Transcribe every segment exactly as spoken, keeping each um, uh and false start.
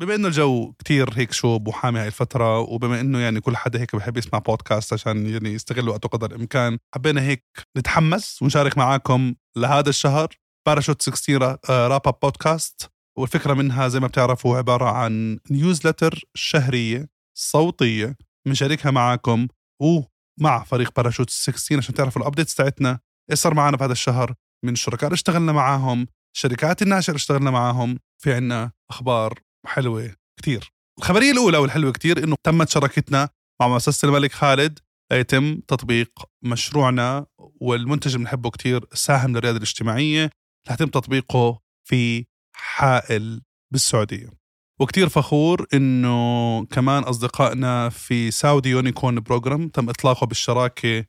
بما إنه الجو كتير هيك شوب وحامي هاي الفترة، وبما إنه يعني كل حدا هيك بحب يسمع بودكاست عشان يعني يستغل وقته قدر الإمكان، حبينا هيك نتحمس ونشارك معاكم لهذا الشهر باراشوت ستة عشر راب اب بودكاست. والفكرة منها زي ما بتعرفوا عبارة عن نيوزلتر شهرية صوتية بنشاركها معاكم ومع فريق باراشوت ستة عشر عشان تعرفوا الأبديتس تاعتنا، إيش صار معنا بهذا الشهر من الشركاء اللي اشتغلنا معاهم، شركات الناشئة اللي اشتغلنا معاهم. في عنا أخبار حلوة كتير. الخبرية الأولى والحلوة كتير إنه تمت شراكتنا مع مؤسسة الملك خالد ليتم تطبيق مشروعنا والمنتج اللي بنحبه كتير ساهم للريادة الاجتماعية، رح يتم تطبيقه في حائل بالسعودية. وكتير فخور إنه كمان أصدقائنا في ساودي يونيكورن بروجرام تم إطلاقه بالشراكة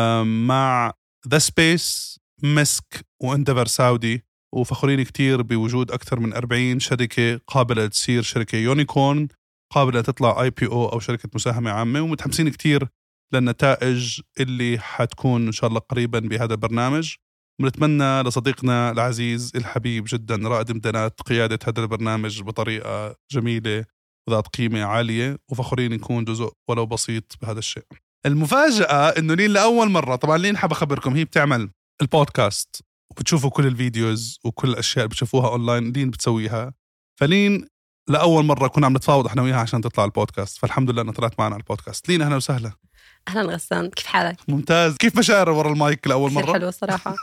مع ذا سبيس مسك واندفر ساودي، وفخورين كتير بوجود أكثر من أربعين شركة قابلة تصير شركة يونيكورن، قابلة تطلع آي بي أو أو شركة مساهمة عامة، ومتحمسين كتير للنتائج اللي حتكون إن شاء الله قريبا بهذا البرنامج. ونتمنى لصديقنا العزيز الحبيب جدا رائد مدنات قيادة هذا البرنامج بطريقة جميلة وذات قيمة عالية، وفخورين نكون جزء ولو بسيط بهذا الشيء. المفاجأة إنه لين لأول مرة، طبعا لين حاب أخبركم، هي بتعمل البودكاست وبتشوفوا كل الفيديوز وكل الأشياء اللي بتشوفوها أونلاين لين بتسويها، فلين لأول مرة كنا عم نتفاوض إحنا وياها عشان تطلع البودكاست، فالحمد لله أنها طلعت معنا على البودكاست. لين أهلا وسهلا. أهلا غسان، كيف حالك؟ ممتاز. كيف مشاعر ورا المايك لأول مرة؟ حلو صراحة.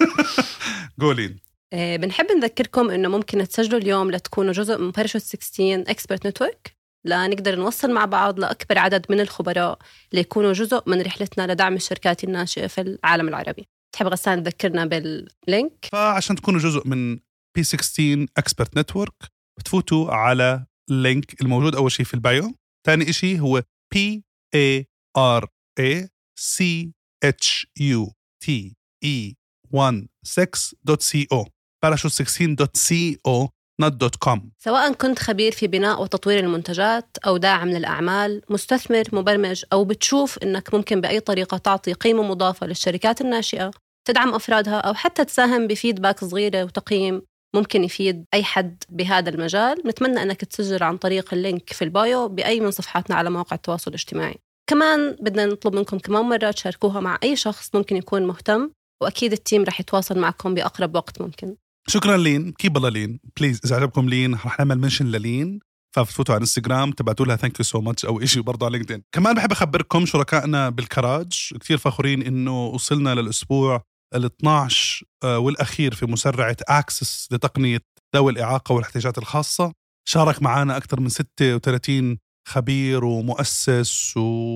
قولين. آه بنحب نذكركم إنه ممكن تسجلوا اليوم لتكونوا جزء من باراشوت ستة عشر إكسبرت نتورك، لنقدر نوصل مع بعض لأكبر عدد من الخبراء ليكونوا جزء من رحلتنا لدعم الشركات الناشئة في العالم العربي. تحب غسان تذكرنا باللينك؟ فعشان تكونوا جزء من بي ستة عشر إكسبرت نتورك بتفوتوا على اللينك الموجود أول شيء في البايو. ثاني شيء هو P A R A C H U T E sixteen دوت co باراشوت ستة عشر دوت co not دوت com. سواء كنت خبير في بناء وتطوير المنتجات أو داعم للأعمال، مستثمر، مبرمج، أو بتشوف إنك ممكن بأي طريقة تعطي قيمة مضافة للشركات الناشئة، تدعم أفرادها، أو حتى تساهم بفيدباك صغيرة وتقييم ممكن يفيد أي حد بهذا المجال، نتمنى أنك تسجل عن طريق اللينك في البايو بأي من صفحاتنا على مواقع التواصل الاجتماعي. كمان بدنا نطلب منكم كمان مرة تشاركوها مع أي شخص ممكن يكون مهتم، وأكيد التيم رح يتواصل معكم بأقرب وقت ممكن. شكرا لين. كيف بالله لين بليز، إذا عجبكم لين رح نعمل منشن للين، ففتفوتوا على انستغرام تبعتوا لها ثانك يو سو ماتش أو إشي برضه على لينكدين. كمان بحب أخبركم شركائنا بالكراج كتير فخورين إنه وصلنا للأسبوع الاثناعش والأخير في مسرعة أكسس لتقنية ذوي الإعاقة والاحتياجات الخاصة. شارك معنا أكثر من ستة وثلاثين خبير ومؤسس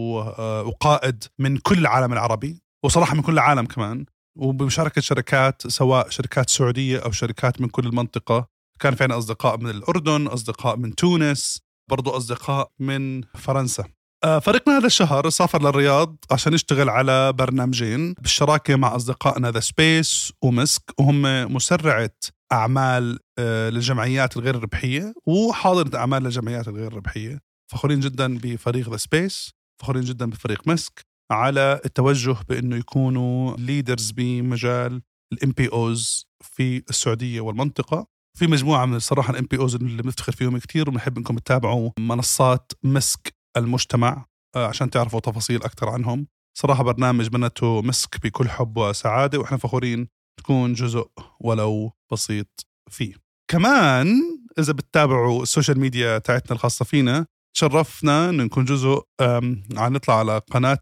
وقائد من كل العالم العربي، وصراحة من كل العالم كمان، وبمشاركة شركات سواء شركات سعودية أو شركات من كل المنطقة. كان فينا أصدقاء من الأردن، أصدقاء من تونس، برضو أصدقاء من فرنسا. فريقنا هذا الشهر سافر للرياض عشان يشتغل على برنامجين بالشراكة مع أصدقائنا ذا سبيس ومسك، وهم مسرعة أعمال للجمعيات الغير ربحية وحاضرة أعمال للجمعيات الغير ربحية. فخورين جدا بفريق ذا سبيس، فخورين جدا بفريق مسك على التوجه بأنه يكونوا ليدرز بمجال الام بي اوز في السعودية والمنطقة. في مجموعة من الصراحة الام بي اوز اللي بنفتخر فيهم كتير، وبنحب انكم تتابعوا منصات مسك المجتمع عشان تعرفوا تفاصيل أكتر عنهم. صراحة برنامج بنته مسك بكل حب وسعادة، وإحنا فخورين تكون جزء ولو بسيط فيه. كمان إذا بتتابعوا السوشيال ميديا تاعتنا الخاصة فينا، شرفنا أن نكون جزء عن نطلع على قناة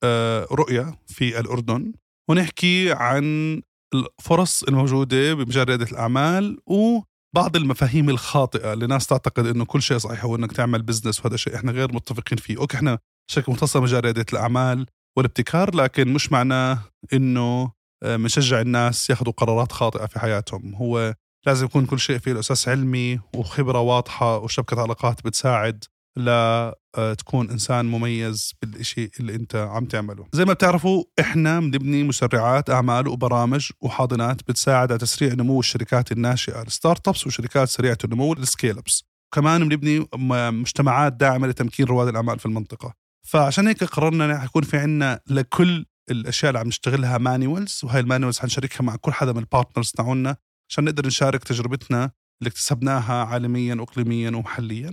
رؤية في الأردن ونحكي عن الفرص الموجودة بمجال ريادة الأعمال وبعض المفاهيم الخاطئة اللي ناس تعتقد أنه كل شيء صحيح وأنك تعمل بزنس، وهذا شيء إحنا غير متفقين فيه. أوكي، إحنا شركة مختصة مجال ريادة الأعمال والابتكار، لكن مش معناه أنه منشجع الناس ياخدوا قرارات خاطئة في حياتهم. هو لازم يكون كل شيء فيه الأساس علمي وخبرة واضحة وشبكة علاقات بتساعد لا تكون إنسان مميز بالإشي اللي أنت عم تعمله. زي ما بتعرفوا إحنا بنبني مسرعات أعمال وبرامج وحاضنات بتساعد على تسريع نمو الشركات الناشئة الستارت أبس وشركات سريعة النمو السكيل أبس. كمان بنبني مجتمعات داعمة لتمكين رواد الأعمال في المنطقة. فعشان هيك قررنا يكون في عنا لكل الأشياء اللي عم نشتغلها مانيوالز، وهاي المانيوالز هنشاركها مع كل حدا من البارتنرز تاعونا عشان نقدر نشارك تجربتنا اللي اكتسبناها عالميا وإقليميا ومحليا.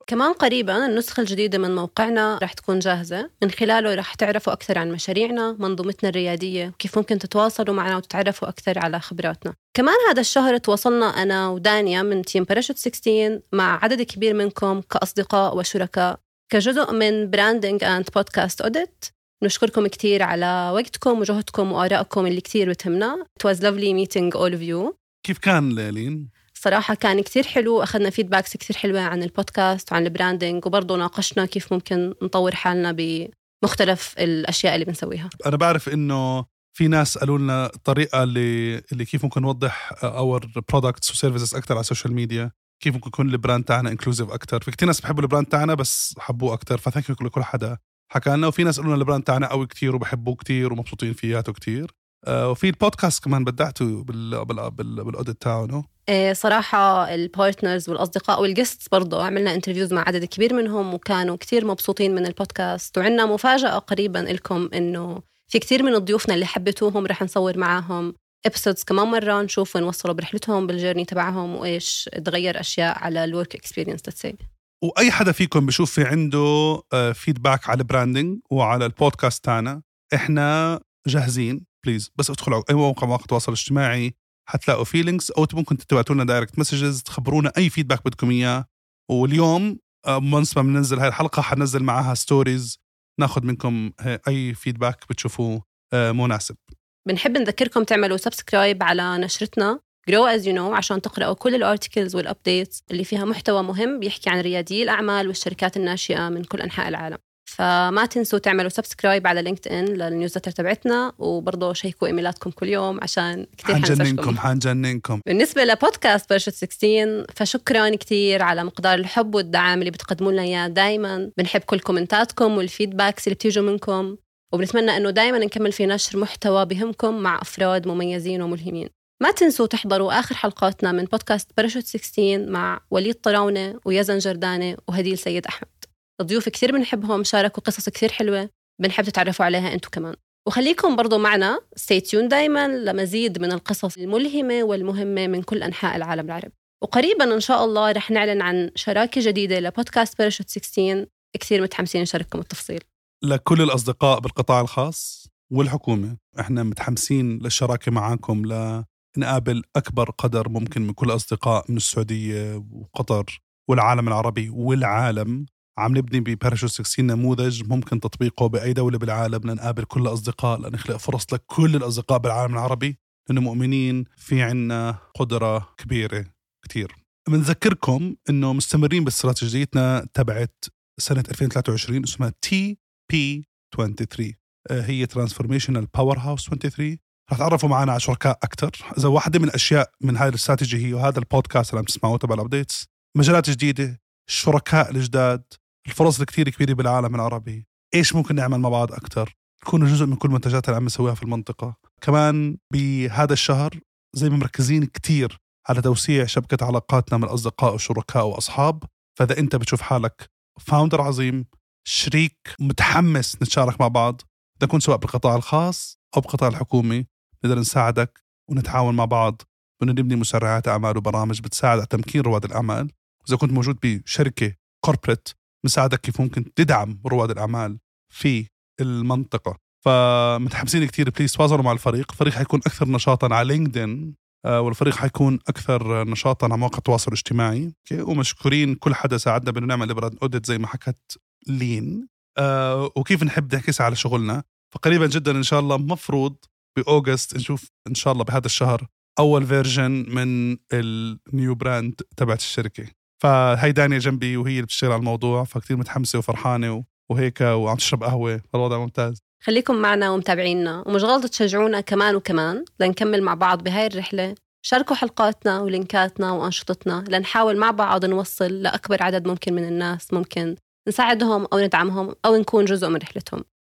كمان قريبا النسخة الجديدة من موقعنا رح تكون جاهزة، من خلاله رح تعرفوا أكثر عن مشاريعنا، منظومتنا الريادية، وكيف ممكن تتواصلوا معنا وتتعرفوا أكثر على خبراتنا. كمان هذا الشهر تواصلنا أنا ودانيا من تيم باراشوت ستة عشر مع عدد كبير منكم كأصدقاء وشركاء كجزء من براندنج اند بودكاست اوديت. نشكركم كتير على وقتكم وجهدكم وآرائكم اللي كتير بتهمنا. It was lovely meeting all of you. كيف كان ليلين؟ صراحة كان كتير حلو، أخذنا فيدباكس كتير حلوة عن البودكاست وعن البراندنج، وبرضه ناقشنا كيف ممكن نطور حالنا بمختلف الأشياء اللي بنسويها. أنا بعرف إنه في ناس قالوا لنا الطريقة اللي, اللي كيف ممكن نوضح our products و services أكتر على السوشيال ميديا، كيف ممكن يكون البراند تاعنا inclusive أكتر. في كتير ناس بحبوا البراند تاعنا بس حبوه أكتر، فثانك يو لكل حدا حكى لنا. وفي ناس قالوا لنا البراند تاعنا قوي كتير وبحبوه كتير ومبسوطين فياته كتير. آه وفي البودكاست كمان بدعته بال بال بال بالأوديت تاعه. إيه صراحة البارتنرز والأصدقاء والجيستس برضو عملنا انترفيوز مع عدد كبير منهم وكانوا كتير مبسوطين من البودكاست. وعنا مفاجأة قريبا لكم إنه في كتير من ضيوفنا اللي حبيتوهم رح نصور معاهم episodes كمان مرة، نشوف وين وصلوا برحلتهم بالجيرني تبعهم وإيش تغير أشياء على الورك اكسبيرينس تتسي. وأي حدا فيكم بشوف في عنده فيدباك على البراندنج وعلى البودكاست تاعنا، إحنا جاهزين. بليز بس ادخلوا أي موقع مواقع التواصل الاجتماعي حتلاقوا فيلينكس، أو ممكن تبعتوا لنا دايركت مسجز تخبرونا أي فيدباك بدكم إياه. واليوم منص ما بننزل هاي الحلقة حننزل معاها ستوريز ناخد منكم أي فيدباك بتشوفوه مناسب. بنحب نذكركم تعملوا سبسكرايب على نشرتنا Grow As You Know عشان تقرأوا كل الارتيكلز والأبديتس اللي فيها محتوى مهم بيحكي عن ريادي الأعمال والشركات الناشئة من كل أنحاء العالم. فما تنسوا تعملوا سبسكرايب على لينكد إن للنيوزلتر تبعتنا، وبرضه شيكوا إيميلاتكم كل يوم عشان كتير حنجننكم حنجننكم. بالنسبة لبودكاست باراشوت ستة عشر فشكرا كتير على مقدار الحب والدعم اللي بتقدموا لنا إياه دايما. بنحب كل كومنتاتكم والفيدباكس اللي بتيجوا منكم، وبنتمنى أنه دايما نكمل في نشر محتوى بهمكم مع أفراد مميزين وملهمين. ما تنسوا تحضروا آخر حلقاتنا من بودكاست باراشوت ستة عشر مع وليد طراونة ويزن جردانة وهديل سيد أحمد. الضيوف كثير بنحبهم، شاركوا قصص كثير حلوة، بنحب تتعرفوا عليها أنتوا كمان. وخليكم برضو معنا stay tuned دايما لمزيد من القصص الملهمة والمهمة من كل أنحاء العالم العربي. وقريبا إن شاء الله رح نعلن عن شراكة جديدة لبودكاست باراشوت ستة عشر، كثير متحمسين نشارككم التفصيل. لكل الأصدقاء بالقطاع الخاص والحكومة احنا متحمسين للشراكة معاكم لنقابل أكبر قدر ممكن من كل أصدقاء من السعودية وقطر والعالم العربي والعالم. عم نبني بباراشوت ستة نموذج ممكن تطبيقه بأي دولة بالعالم لنقابل كل الأصدقاء، لنخلق فرص لكل الأصدقاء بالعالم العربي، لأنه مؤمنين في عنا قدرة كبيرة كتير. بنذكركم أنه مستمرين باستراتيجيتنا تبعت سنة ألفين وثلاثة وعشرين اسمها تي بي ثلاثة وعشرين، هي Transformational Powerhouse ثلاثة وعشرين. رح تعرفوا معنا على شركاء أكتر. إذا واحدة من الأشياء من هذه الاستراتيجي هي وهذا البودكاست اللي عم تسمعوه تبع الأبديتس، مجالات جديدة، الشركاء الجداد، الفرص الكتير كبيرة بالعالم العربي، إيش ممكن نعمل مع بعض أكتر، نكونوا جزء من كل منتجات اللي عم نسويها في المنطقة. كمان بهذا الشهر زي ما مركزين كتير على توسيع شبكة علاقاتنا من الأصدقاء والشركاء وأصحاب. فإذا أنت بتشوف حالك فاوندر عظيم، شريك متحمس نتشارك مع بعض، إذا كنت سواء بالقطاع الخاص أو بالقطاع الحكومي، نقدر نساعدك ونتعاون مع بعض ونبني مسرعات أعمال وبرامج بتساعد على تمكين رواد الأعمال. إذا كنت موجود بشركة كوربريت، نساعدك كيف ممكن تدعم رواد الأعمال في المنطقة. فمتحمسين كتير. بليز تواصلوا مع الفريق. الفريق حيكون أكثر نشاطا على لينكدين، والفريق حيكون أكثر نشاطا على مواقع التواصل الاجتماعي. ومشكورين كل حدا ساعدنا بأنه نعمل براند أوديت زي ما حكت لين، أه وكيف نحب نحكي على شغلنا. فقريبا جدا إن شاء الله مفروض بأوغست نشوف إن شاء الله بهذا الشهر أول فيرجن من النيو براند تبعت الشركة. فهي دانيا جنبي وهي اللي بتشتغل على الموضوع، فكتير متحمسة وفرحانة وهيك وعم تشرب قهوة. الوضع ممتاز. خليكم معنا ومتابعينا، ومش غلط تشجعونا كمان وكمان لنكمل مع بعض بهاي الرحلة. شاركوا حلقاتنا ولينكاتنا وأنشطتنا لنحاول مع بعض نوصل لأكبر عدد ممكن من الناس، ممكن نساعدهم أو ندعمهم أو نكون جزء من رحلتهم.